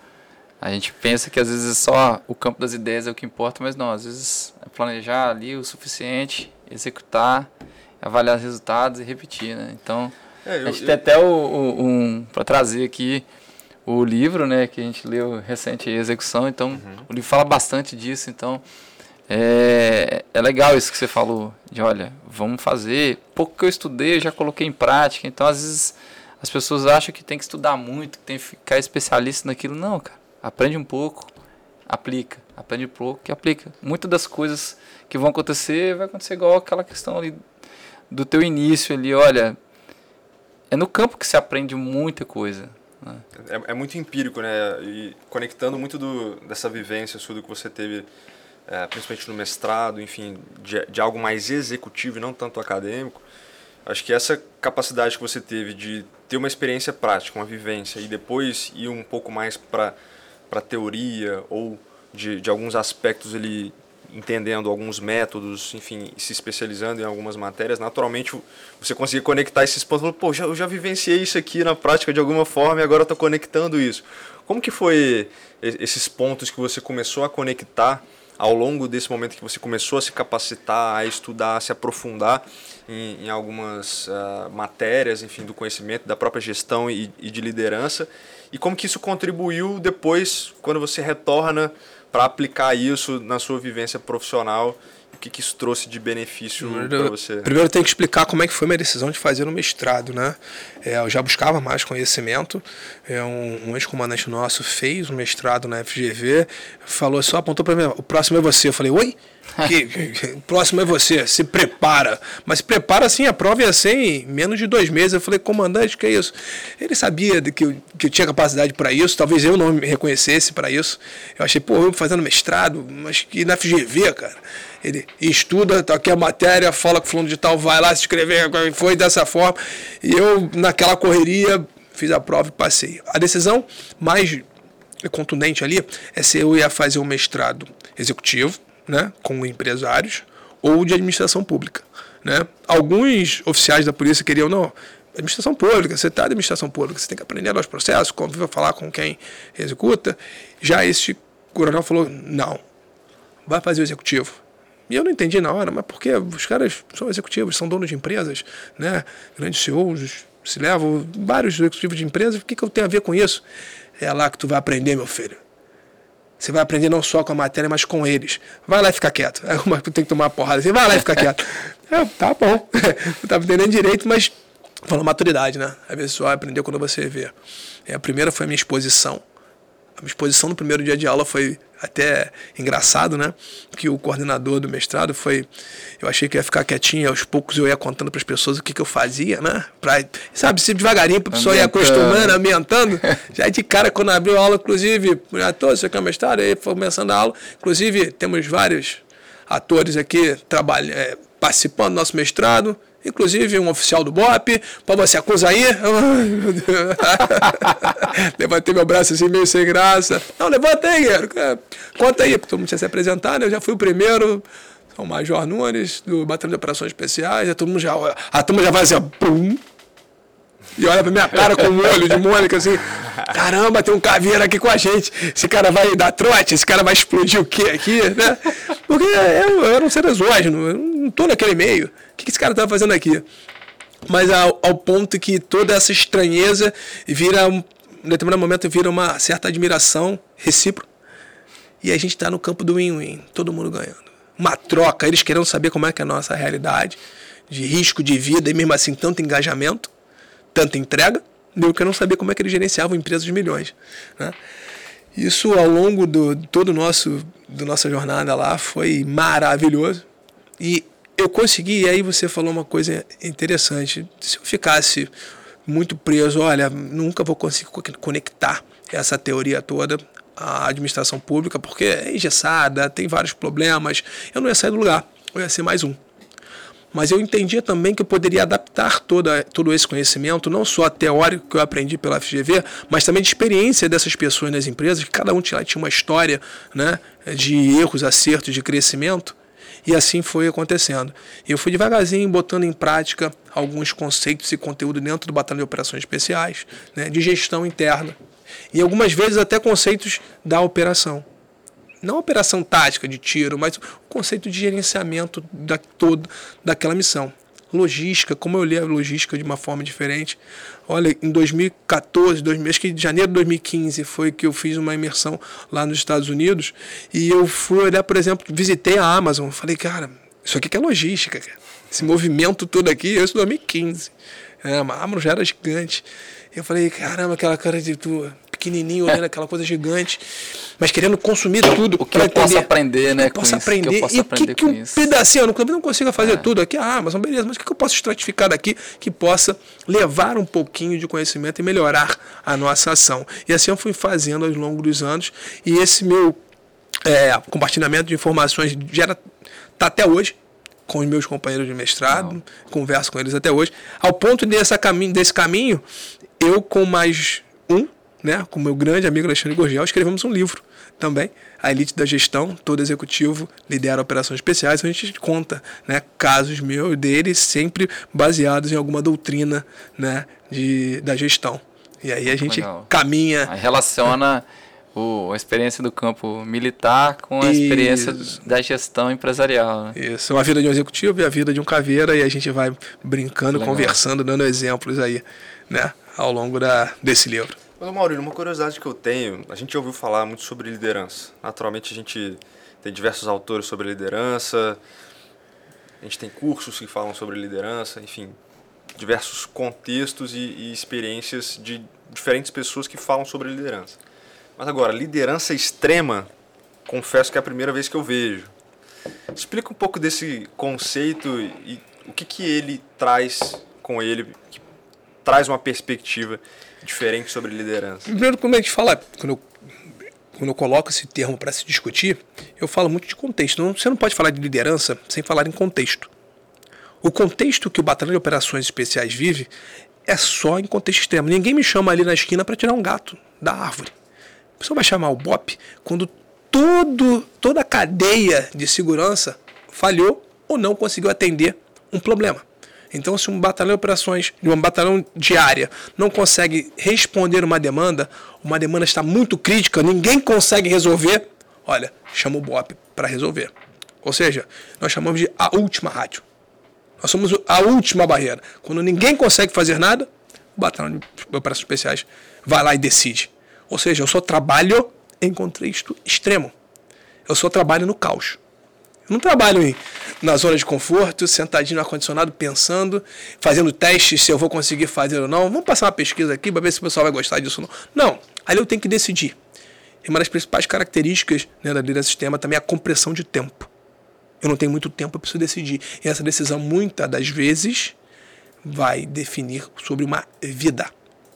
a gente pensa que às vezes só o campo das ideias é o que importa, mas não, às vezes é planejar ali o suficiente, executar, avaliar os resultados e repetir, né? Então, é, eu, a gente eu, tem eu... até o, o, um, para trazer aqui o livro, né, que a gente leu recente, Execução, então, uhum. O livro fala bastante disso, então, É, é legal isso que você falou, de olha, vamos fazer, pouco que eu estudei eu já coloquei em prática, então às vezes as pessoas acham que tem que estudar muito, que tem que ficar especialista naquilo. Não, cara, aprende um pouco, aplica, aprende um pouco e aplica. Muitas das coisas que vão acontecer, vai acontecer igual aquela questão ali do teu início ali, olha, é no campo que se aprende muita coisa. Né? É, é muito empírico, né? E conectando muito do, dessa vivência sua, do que você teve, é, principalmente no mestrado, enfim, de, de algo mais executivo e não tanto acadêmico, acho que essa capacidade que você teve de ter uma experiência prática, uma vivência, e depois ir um pouco mais para a teoria ou de, de alguns aspectos ali, entendendo alguns métodos, enfim, se especializando em algumas matérias, naturalmente você conseguir conectar esses pontos. Pô, já, eu já vivenciei isso aqui na prática de alguma forma e agora estou conectando isso. Como que foi esses pontos que você começou a conectar ao longo desse momento que você começou a se capacitar, a estudar, a se aprofundar em, em algumas uh, matérias, enfim, do conhecimento, da própria gestão e, e de liderança, e como que isso contribuiu depois, quando você retorna para aplicar isso na sua vivência profissional, o que, que isso trouxe de benefício para você? Primeiro eu tenho que explicar como é que foi minha decisão de fazer no mestrado, né? É, eu já buscava mais conhecimento, é, um, um ex-comandante nosso fez um mestrado na F G V, falou só, apontou para mim, o próximo é você. Eu falei, oi? Que, que, o próximo é você, se prepara. Mas se prepara assim, a prova ia ser em menos de dois meses. Eu falei, comandante, que é isso? Ele sabia de que, eu, que eu tinha capacidade para isso, talvez eu não me reconhecesse para isso. Eu achei, pô, eu fazendo mestrado, mas que na F G V, cara. Ele estuda, tá aqui a matéria, fala com o fulano de tal, vai lá se inscrever, foi dessa forma. E eu, naquela correria, fiz a prova e passei. A decisão mais contundente ali é se eu ia fazer um mestrado executivo, né, com empresários, ou de administração pública. Né? Alguns oficiais da polícia queriam, não, administração pública, você está de administração pública, você tem que aprender os processos, conviver, falar com quem executa. Já esse coronel falou, não, vai fazer o executivo. E eu não entendi na hora, mas por quê? Os caras são executivos, são donos de empresas, né? Grandes C E Os, se levam vários executivos de empresas, o que, que eu tenho a ver com isso? É lá que tu vai aprender, meu filho. Você vai aprender não só com a matéria, mas com eles. Vai lá e fica quieto. É uma que tem que tomar uma porrada. Você vai lá e fica quieto. É, tá bom. Não estava entendendo direito, mas falou maturidade, né? A pessoa aprendeu quando você vê. É, a primeira foi a minha exposição. A minha exposição no primeiro dia de aula foi até engraçado, né? Que o coordenador do mestrado foi... Eu achei que ia ficar quietinho, aos poucos eu ia contando para as pessoas o que, que eu fazia, né? Pra, sabe, sempre devagarinho, para a pessoa ir acostumando, ambientando. Já de cara, quando abriu a aula, inclusive, ator, você quer mestrado? Aí foi começando a aula. Inclusive, temos vários atores aqui trabalhando, é, participando do nosso mestrado. Inclusive um oficial do B O P, para você acusa aí. Ai, meu Deus. Levantei meu braço assim, meio sem graça. Não, levanta aí, guerreiro. Conta aí, porque todo mundo tinha se apresentar, né? Eu já fui o primeiro, o Major Nunes, do Batalhão de Operações Especiais. A turma já, a turma já vai assim, ó, pum. E olha pra minha cara com um olho de Mônica, assim, caramba, tem um caveiro aqui com a gente. Esse cara vai dar trote, esse cara vai explodir o quê aqui, né? Porque eu, eu era um ser exógeno, eu não tô naquele meio. O que esse cara tá fazendo aqui? Mas ao, ao ponto que toda essa estranheza vira, em determinado momento, vira uma certa admiração recíproca. E a gente tá no campo do win-win, todo mundo ganhando. Uma troca, eles querendo saber como é que é a nossa realidade, de risco de vida e mesmo assim tanto engajamento, tanta entrega, eu quero saber como é que eles gerenciavam empresas de milhões. Né? Isso ao longo do todo o nosso da nossa jornada lá foi maravilhoso. E eu consegui, e aí você falou uma coisa interessante. Se eu ficasse muito preso, olha, nunca vou conseguir conectar essa teoria toda à administração pública, porque é engessada, tem vários problemas, eu não ia sair do lugar, eu ia ser mais um. Mas eu entendia também que eu poderia adaptar toda, todo esse conhecimento, não só teórico que eu aprendi pela F G V, mas também de experiência dessas pessoas nas empresas, que cada um tinha, tinha uma história, né, de erros, acertos, de crescimento, e assim foi acontecendo. Eu fui devagarzinho botando em prática alguns conceitos e conteúdo dentro do Batalhão de Operações Especiais, né, de gestão interna, e algumas vezes até conceitos da operação. Não a operação tática de tiro, mas o conceito de gerenciamento da, todo, daquela missão. logística, como eu leio a logística de uma forma diferente. Olha, em dois mil e quatorze, dois mil, acho que em janeiro de dois mil e quinze foi que eu fiz uma imersão lá nos Estados Unidos e eu fui olhar, por exemplo, visitei a Amazon, falei, cara, isso aqui que é logística, cara. Esse movimento todo aqui, isso em dois mil e quinze. É, a Amazon já era gigante. Eu falei, caramba, aquela cara de tu, pequenininho, olhando aquela coisa gigante, mas querendo consumir tudo. O que eu posso aprender, né? Eu posso aprender. Que eu posso e aprender que, que com um isso. pedacinho, eu não, eu não consigo fazer É. tudo aqui, ah, mas beleza, mas o que eu posso estratificar daqui que possa levar um pouquinho de conhecimento e melhorar a nossa ação? E assim eu fui fazendo ao longo dos anos, e esse meu é, compartilhamento de informações gera, tá até hoje, com os meus companheiros de mestrado, não. Converso com eles até hoje, ao ponto dessa caminho, desse caminho, eu com mais um, né, com o meu grande amigo Alexandre Gorgel, escrevemos um livro também, A Elite da Gestão, todo executivo lidera operações especiais, a gente conta, né, casos meus e dele, sempre baseados em alguma doutrina, né, de, da gestão. E aí a gente Legal. caminha... Aí relaciona o, a experiência do campo militar com a experiência Isso. da gestão empresarial. Né? Isso, a vida de um executivo e a vida de um caveira, e a gente vai brincando, Legal. conversando, dando exemplos aí, né, ao longo da, desse livro. Mas, Maurílio, uma curiosidade que eu tenho, a gente ouviu falar muito sobre liderança. Naturalmente a gente tem diversos autores sobre liderança, a gente tem cursos que falam sobre liderança, enfim, diversos contextos e, e experiências de diferentes pessoas que falam sobre liderança. Mas agora, liderança extrema, confesso que é a primeira vez que eu vejo. Explica um pouco desse conceito e, e o que, que ele traz com ele, que traz uma perspectiva diferente sobre liderança. Primeiro, quando a gente fala, quando eu, quando eu coloco esse termo para se discutir, eu falo muito de contexto. Não, você não pode falar de liderança sem falar em contexto. O contexto que o Batalhão de Operações Especiais vive é só em contexto extremo. Ninguém me chama ali na esquina para tirar um gato da árvore. A pessoa vai chamar o B O P quando todo, toda a cadeia de segurança falhou ou não conseguiu atender um problema. Então, se um batalhão de operações, um batalhão de área, não consegue responder uma demanda, uma demanda está muito crítica, ninguém consegue resolver, olha, chama o B O P para resolver. Ou seja, nós chamamos de a última rádio. Nós somos a última barreira. Quando ninguém consegue fazer nada, o batalhão de operações especiais vai lá e decide. Ou seja, eu só trabalho em contexto extremo. Eu só trabalho no caos. Eu não trabalho em, na zona de conforto, sentadinho no ar-condicionado, pensando, fazendo testes se eu vou conseguir fazer ou não. Vamos passar uma pesquisa aqui para ver se o pessoal vai gostar disso ou não. Não, ali eu tenho que decidir. E uma das principais características, né, da liderança sistema também é a compressão de tempo. Eu não tenho muito tempo, eu preciso decidir. E essa decisão, muitas das vezes, vai definir sobre uma vida.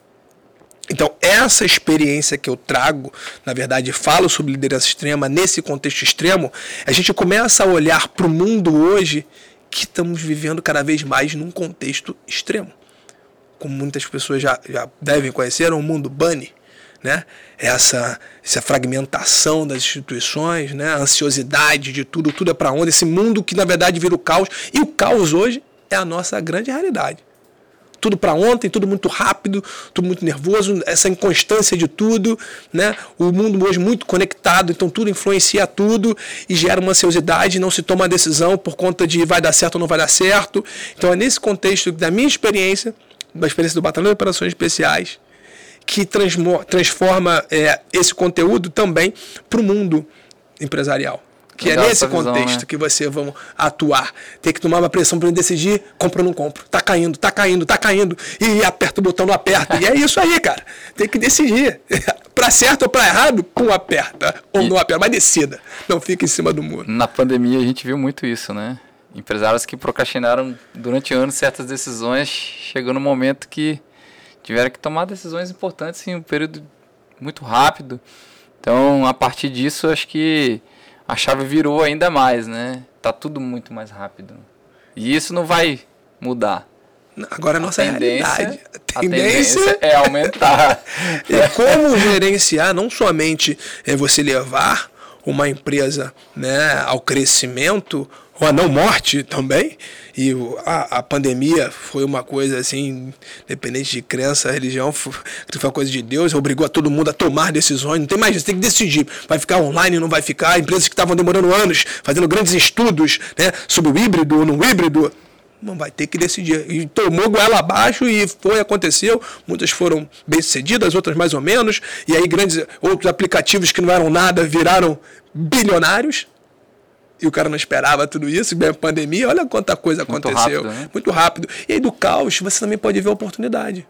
Então, essa experiência que eu trago, na verdade, falo sobre liderança extrema, nesse contexto extremo, a gente começa a olhar para o mundo hoje que estamos vivendo cada vez mais num contexto extremo. Como muitas pessoas já, já devem conhecer, é um mundo bunny, né? Essa, essa fragmentação das instituições, né? A ansiosidade de tudo, tudo é para onde? Esse mundo que, na verdade, vira o caos. E o caos hoje é a nossa grande realidade. Tudo para ontem, tudo muito rápido, tudo muito nervoso, essa inconstância de tudo, né? O mundo hoje muito conectado, então tudo influencia tudo e gera uma ansiosidade, não se toma a decisão por conta de vai dar certo ou não vai dar certo. Então é nesse contexto da minha experiência, da experiência do Batalhão de Operações Especiais, que transforma é, esse conteúdo também para o mundo empresarial. Que Legal é nesse contexto visão, né? que você vai atuar. Tem que tomar uma pressão para decidir, compro ou não compro. Tá caindo, tá caindo, tá caindo. E aperta o botão, não aperta. E é isso aí, cara. Tem que decidir. Para certo ou para errado, pum, aperta. Ou e... não aperta, mas decida. Não fica em cima do muro. Na pandemia a gente viu muito isso, né? Empresários que procrastinaram durante anos certas decisões, chegou no momento que tiveram que tomar decisões importantes em um período muito rápido. Então, a partir disso, acho que a chave virou ainda mais, né? Tá tudo muito mais rápido. E isso não vai mudar. Agora a nossa a realidade. A tendência, a tendência é aumentar. É como gerenciar, não somente é você levar uma empresa, né, ao crescimento ou a não morte também. E a, a pandemia foi uma coisa assim, independente de crença, religião, foi, foi uma coisa de Deus, obrigou a todo mundo a tomar decisões. Não tem mais isso, tem que decidir. Vai ficar online, não vai ficar. Empresas que estavam demorando anos, fazendo grandes estudos, né, sobre o híbrido ou não híbrido, não vai ter que decidir. E tomou goela abaixo e foi, aconteceu. Muitas foram bem-sucedidas, outras mais ou menos. E aí grandes, outros aplicativos que não eram nada viraram bilionários. E o cara não esperava tudo isso, bem a pandemia, olha quanta coisa Muito aconteceu. rápido, né? Muito rápido. E aí do caos você também pode ver a oportunidade.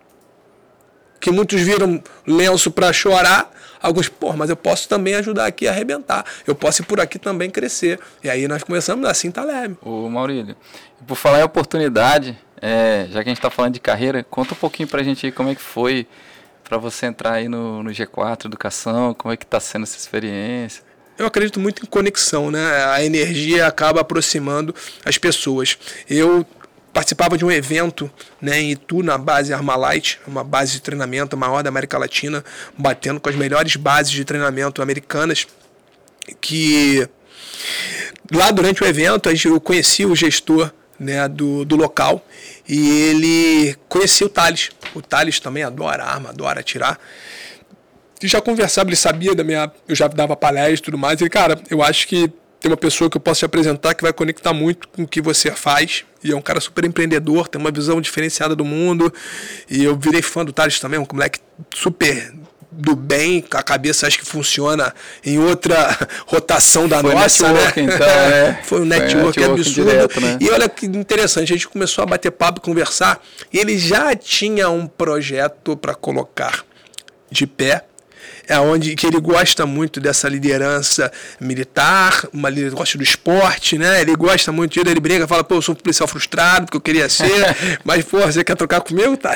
Que muitos viram lenço para chorar, alguns, pô, mas eu posso também ajudar aqui a arrebentar. Eu posso ir por aqui também crescer. E aí nós começamos assim, tá leve. Ô Maurílio, por falar em oportunidade, é, já que a gente está falando de carreira, conta um pouquinho pra gente aí como é que foi para você entrar aí no, no G quatro Educação, como é que está sendo essa experiência? Eu acredito muito em conexão, né? A energia acaba aproximando as pessoas. Eu participava de um evento, né, em Itu, na base Armalite, uma base de treinamento maior da América Latina, batendo com as melhores bases de treinamento americanas, que lá durante o evento eu conheci o gestor, né, do, do local, e ele conhecia o Thales. O Thales também adora arma, adora atirar. E já conversava, ele sabia da minha... Eu já dava palestra e tudo mais. E, cara, eu acho que tem uma pessoa que eu posso te apresentar que vai conectar muito com o que você faz. E é um cara super empreendedor, tem uma visão diferenciada do mundo. E eu virei fã do Thales também, um moleque super do bem, a cabeça acho que funciona em outra rotação da Foi nossa, network, né? Então, é. Foi um network, Foi um network absurdo. direto, né? E olha que interessante, a gente começou a bater papo, conversar, e ele já tinha um projeto para colocar de pé, é onde que ele gosta muito dessa liderança militar, uma liderança, gosta do esporte, né? Ele gosta muito disso, ele brinca, fala, pô, eu sou um policial frustrado, porque eu queria ser, mas, pô, você quer trocar comigo, tá?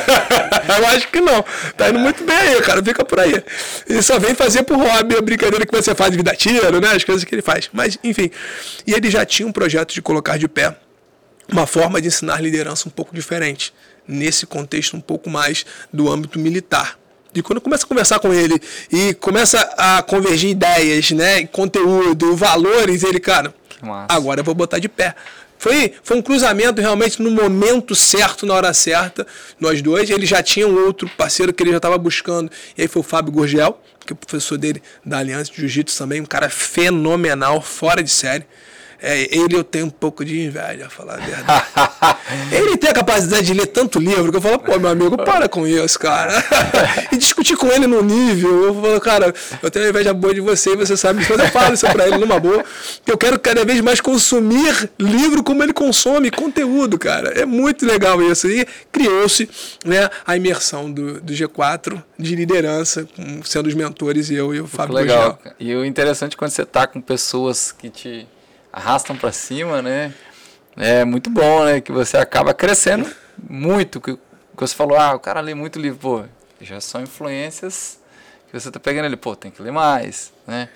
Eu acho que não. Tá indo muito bem aí, cara, fica por aí. Ele só vem fazer por hobby a brincadeira que você faz de vida tiro, né? As coisas que ele faz. Mas, enfim. E ele já tinha um projeto de colocar de pé uma forma de ensinar liderança um pouco diferente, nesse contexto um pouco mais do âmbito militar. E quando começa a conversar com ele e começa a convergir ideias, né, conteúdo, valores, ele, cara, agora eu vou botar de pé. Foi, foi um cruzamento realmente no momento certo, na hora certa, nós dois. Ele já tinha um outro parceiro que ele já estava buscando, e aí foi o Fábio Gurgel, que é o professor dele da Aliança de Jiu-Jitsu também, um cara fenomenal, fora de série. É, ele eu tenho um pouco de inveja, a falar a verdade. Ele tem a capacidade de ler tanto livro que eu falo, pô, meu amigo, para com isso, cara. E discutir com ele no nível, eu falo, cara, eu tenho uma inveja boa de você e você sabe disso, mas eu falo isso pra ele numa boa, que eu quero cada vez mais consumir livro como ele consome conteúdo, cara. É muito legal isso. E criou-se, né, a imersão do, do G quatro de liderança, sendo os mentores, eu e o Fábio Legal. Gurgel. E o interessante quando você tá com pessoas que te arrastam para cima, né? É muito bom, né? Que você acaba crescendo muito. Que você falou, ah, o cara lê muito livro, pô, já são influências que você tá pegando ali, pô, tem que ler mais, né?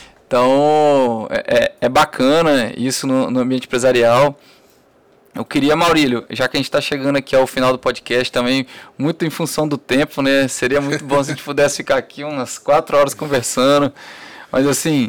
Então, é, é bacana isso no, no ambiente empresarial. Eu queria, Maurílio, já que a gente está chegando aqui ao final do podcast também, muito em função do tempo, né? Seria muito bom se a gente pudesse ficar aqui umas quatro horas conversando, mas assim...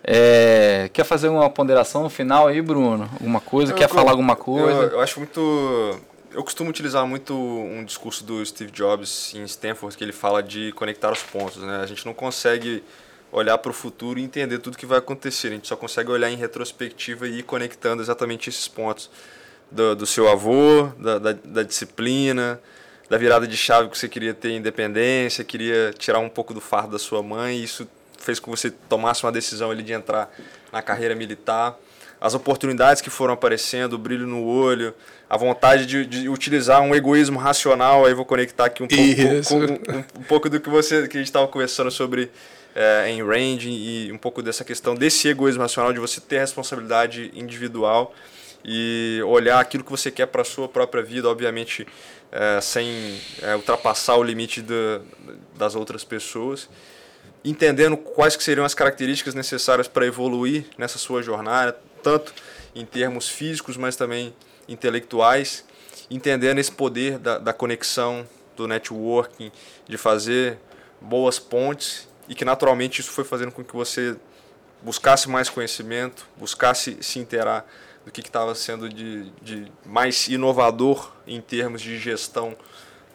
É, quer fazer uma ponderação no final aí, Bruno? Alguma coisa? Eu, quer eu, falar alguma coisa? Eu, eu acho muito... Eu costumo utilizar muito um discurso do Steve Jobs em Stanford, que ele fala de conectar os pontos, né? A gente não consegue olhar para o futuro e entender tudo que vai acontecer. A gente só consegue olhar em retrospectiva e ir conectando exatamente esses pontos. Do, do seu avô, da, da, da disciplina, da virada de chave que você queria ter independência, queria tirar um pouco do fardo da sua mãe, e isso fez com que você tomasse uma decisão ali de entrar na carreira militar, as oportunidades que foram aparecendo, o brilho no olho, a vontade de, de utilizar um egoísmo racional. Aí vou conectar aqui um pouco, com, com, um, um pouco do que, você, que a gente estava conversando sobre é, em Range, e um pouco dessa questão desse egoísmo racional, de você ter responsabilidade individual e olhar aquilo que você quer para a sua própria vida, obviamente é, sem é, ultrapassar o limite do, das outras pessoas, entendendo quais que seriam as características necessárias para evoluir nessa sua jornada, tanto em termos físicos, mas também intelectuais, entendendo esse poder da, da conexão, do networking, de fazer boas pontes, e que naturalmente isso foi fazendo com que você buscasse mais conhecimento, buscasse se inteirar do que estava sendo de, de mais inovador em termos de gestão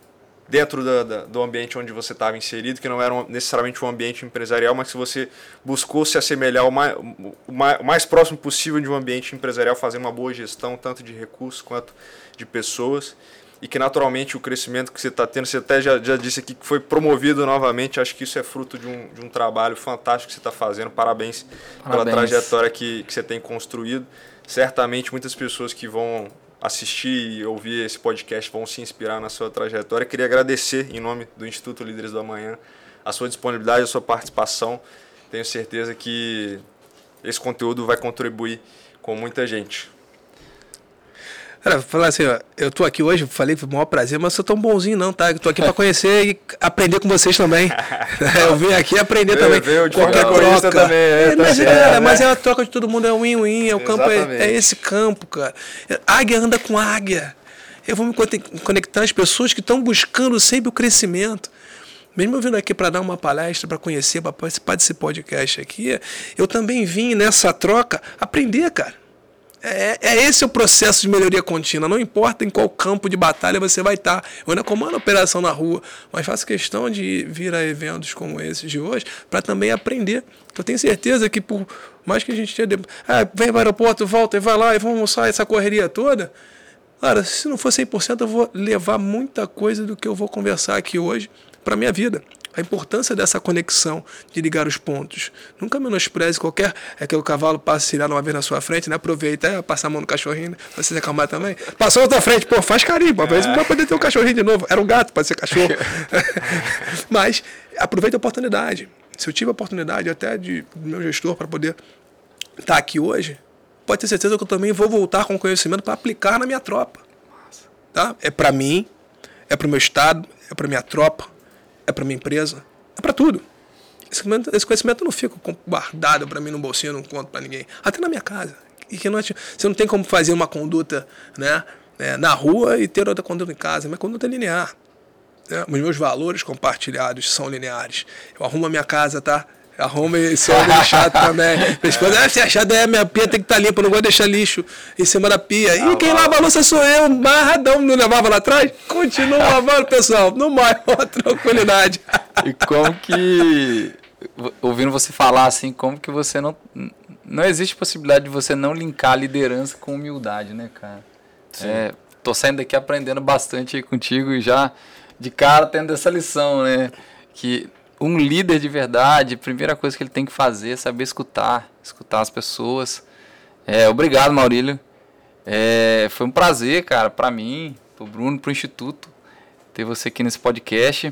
dentro da, da, do ambiente onde você estava inserido, que não era um, necessariamente um ambiente empresarial, mas que você buscou se assemelhar o mais, o mais, o mais próximo possível de um ambiente empresarial, fazer uma boa gestão, tanto de recursos quanto de pessoas, e que naturalmente o crescimento que você está tendo, você até já, já disse aqui que foi promovido novamente, acho que isso é fruto de um, de um trabalho fantástico que você está fazendo, parabéns, parabéns pela trajetória que, que você tem construído. Certamente muitas pessoas que vão assistir e ouvir esse podcast vão se inspirar na sua trajetória. Queria agradecer, em nome do Instituto Líderes do Amanhã, a sua disponibilidade, a sua participação. Tenho certeza que esse conteúdo vai contribuir com muita gente. Cara, falar assim, ó, eu tô aqui hoje, falei que foi o maior prazer, mas eu sou tão bonzinho não, tá? Eu tô aqui para conhecer e aprender com vocês também. Eu vim aqui aprender eu, também. Veio, qualquer troca. Também, é, é, mas, tá cara, né? mas é a troca de todo mundo, é win-win, é o campo, é, é esse campo, cara. Águia anda com águia. Eu vou me conectar às pessoas que estão buscando sempre o crescimento. Mesmo eu vindo aqui para dar uma palestra, para conhecer, para participar desse podcast aqui, eu também vim nessa troca aprender, cara. É, é esse o processo de melhoria contínua. Não importa em qual campo de batalha você vai estar. Eu ainda comando a operação na rua, mas faço questão de vir a eventos como esses de hoje para também aprender. Eu tenho certeza que por mais que a gente tenha... Ah, vem para o aeroporto, volta e vai lá e vamos almoçar essa correria toda. Cara, se não for cem por cento eu vou levar muita coisa do que eu vou conversar aqui hoje para a minha vida. A importância dessa conexão, de ligar os pontos. Nunca menospreze qualquer... É que o cavalo passa a cirar uma vez na sua frente, né? Aproveita, é, passa a mão no cachorrinho, né? Pra você se acalmar também. Passou na tua frente, pô, faz carinho, às vezes não vai poder ter um cachorrinho de novo. Era um gato, pode ser cachorro. Mas aproveita a oportunidade. Se eu tive a oportunidade até de do meu gestor para poder estar aqui hoje, pode ter certeza que eu também vou voltar com conhecimento para aplicar na minha tropa. Tá? É para mim, é para o meu estado, é para minha tropa, é para minha empresa, é para tudo. Esse conhecimento, esse conhecimento não fica guardado para mim no bolsinho, eu não conto para ninguém. Até na minha casa. E que não, você não tem como fazer uma conduta, né, é, na rua e ter outra conduta em casa. Minha conduta é linear. Né? Os meus valores compartilhados são lineares. Eu arrumo a minha casa, tá? Eu arrumo e sou chato também. Minha esposa, ah, se achar, é, minha pia tem que estar limpa, eu não vou deixar lixo em cima da pia. E ah, quem lava a louça sou eu, marradão, não levava lá atrás? Continua lavando, pessoal, no maior tranquilidade. E como que, ouvindo você falar assim, como que você não... Não existe possibilidade de você não linkar a liderança com humildade, né, cara? É, tô saindo daqui aprendendo bastante aí contigo e já de cara tendo essa lição, né? Que um líder de verdade, a primeira coisa que ele tem que fazer é saber escutar, escutar as pessoas. É, obrigado, Maurílio. É, foi um prazer, cara, para mim, pro Bruno, pro Instituto, ter você aqui nesse podcast.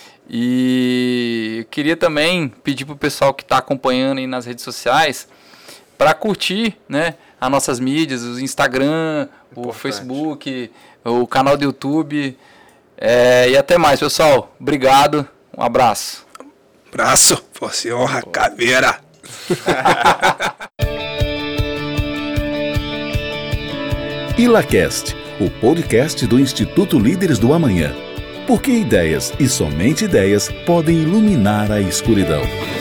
E eu queria também pedir pro pessoal que está acompanhando aí nas redes sociais para curtir, né, as nossas mídias, o Instagram, Importante. O Facebook, o canal do YouTube. É, e até mais, pessoal. Obrigado. Um abraço. Abraço. Você honra, caveira. IlaCast, o podcast do Instituto Líderes do Amanhã. Porque ideias e somente ideias podem iluminar a escuridão.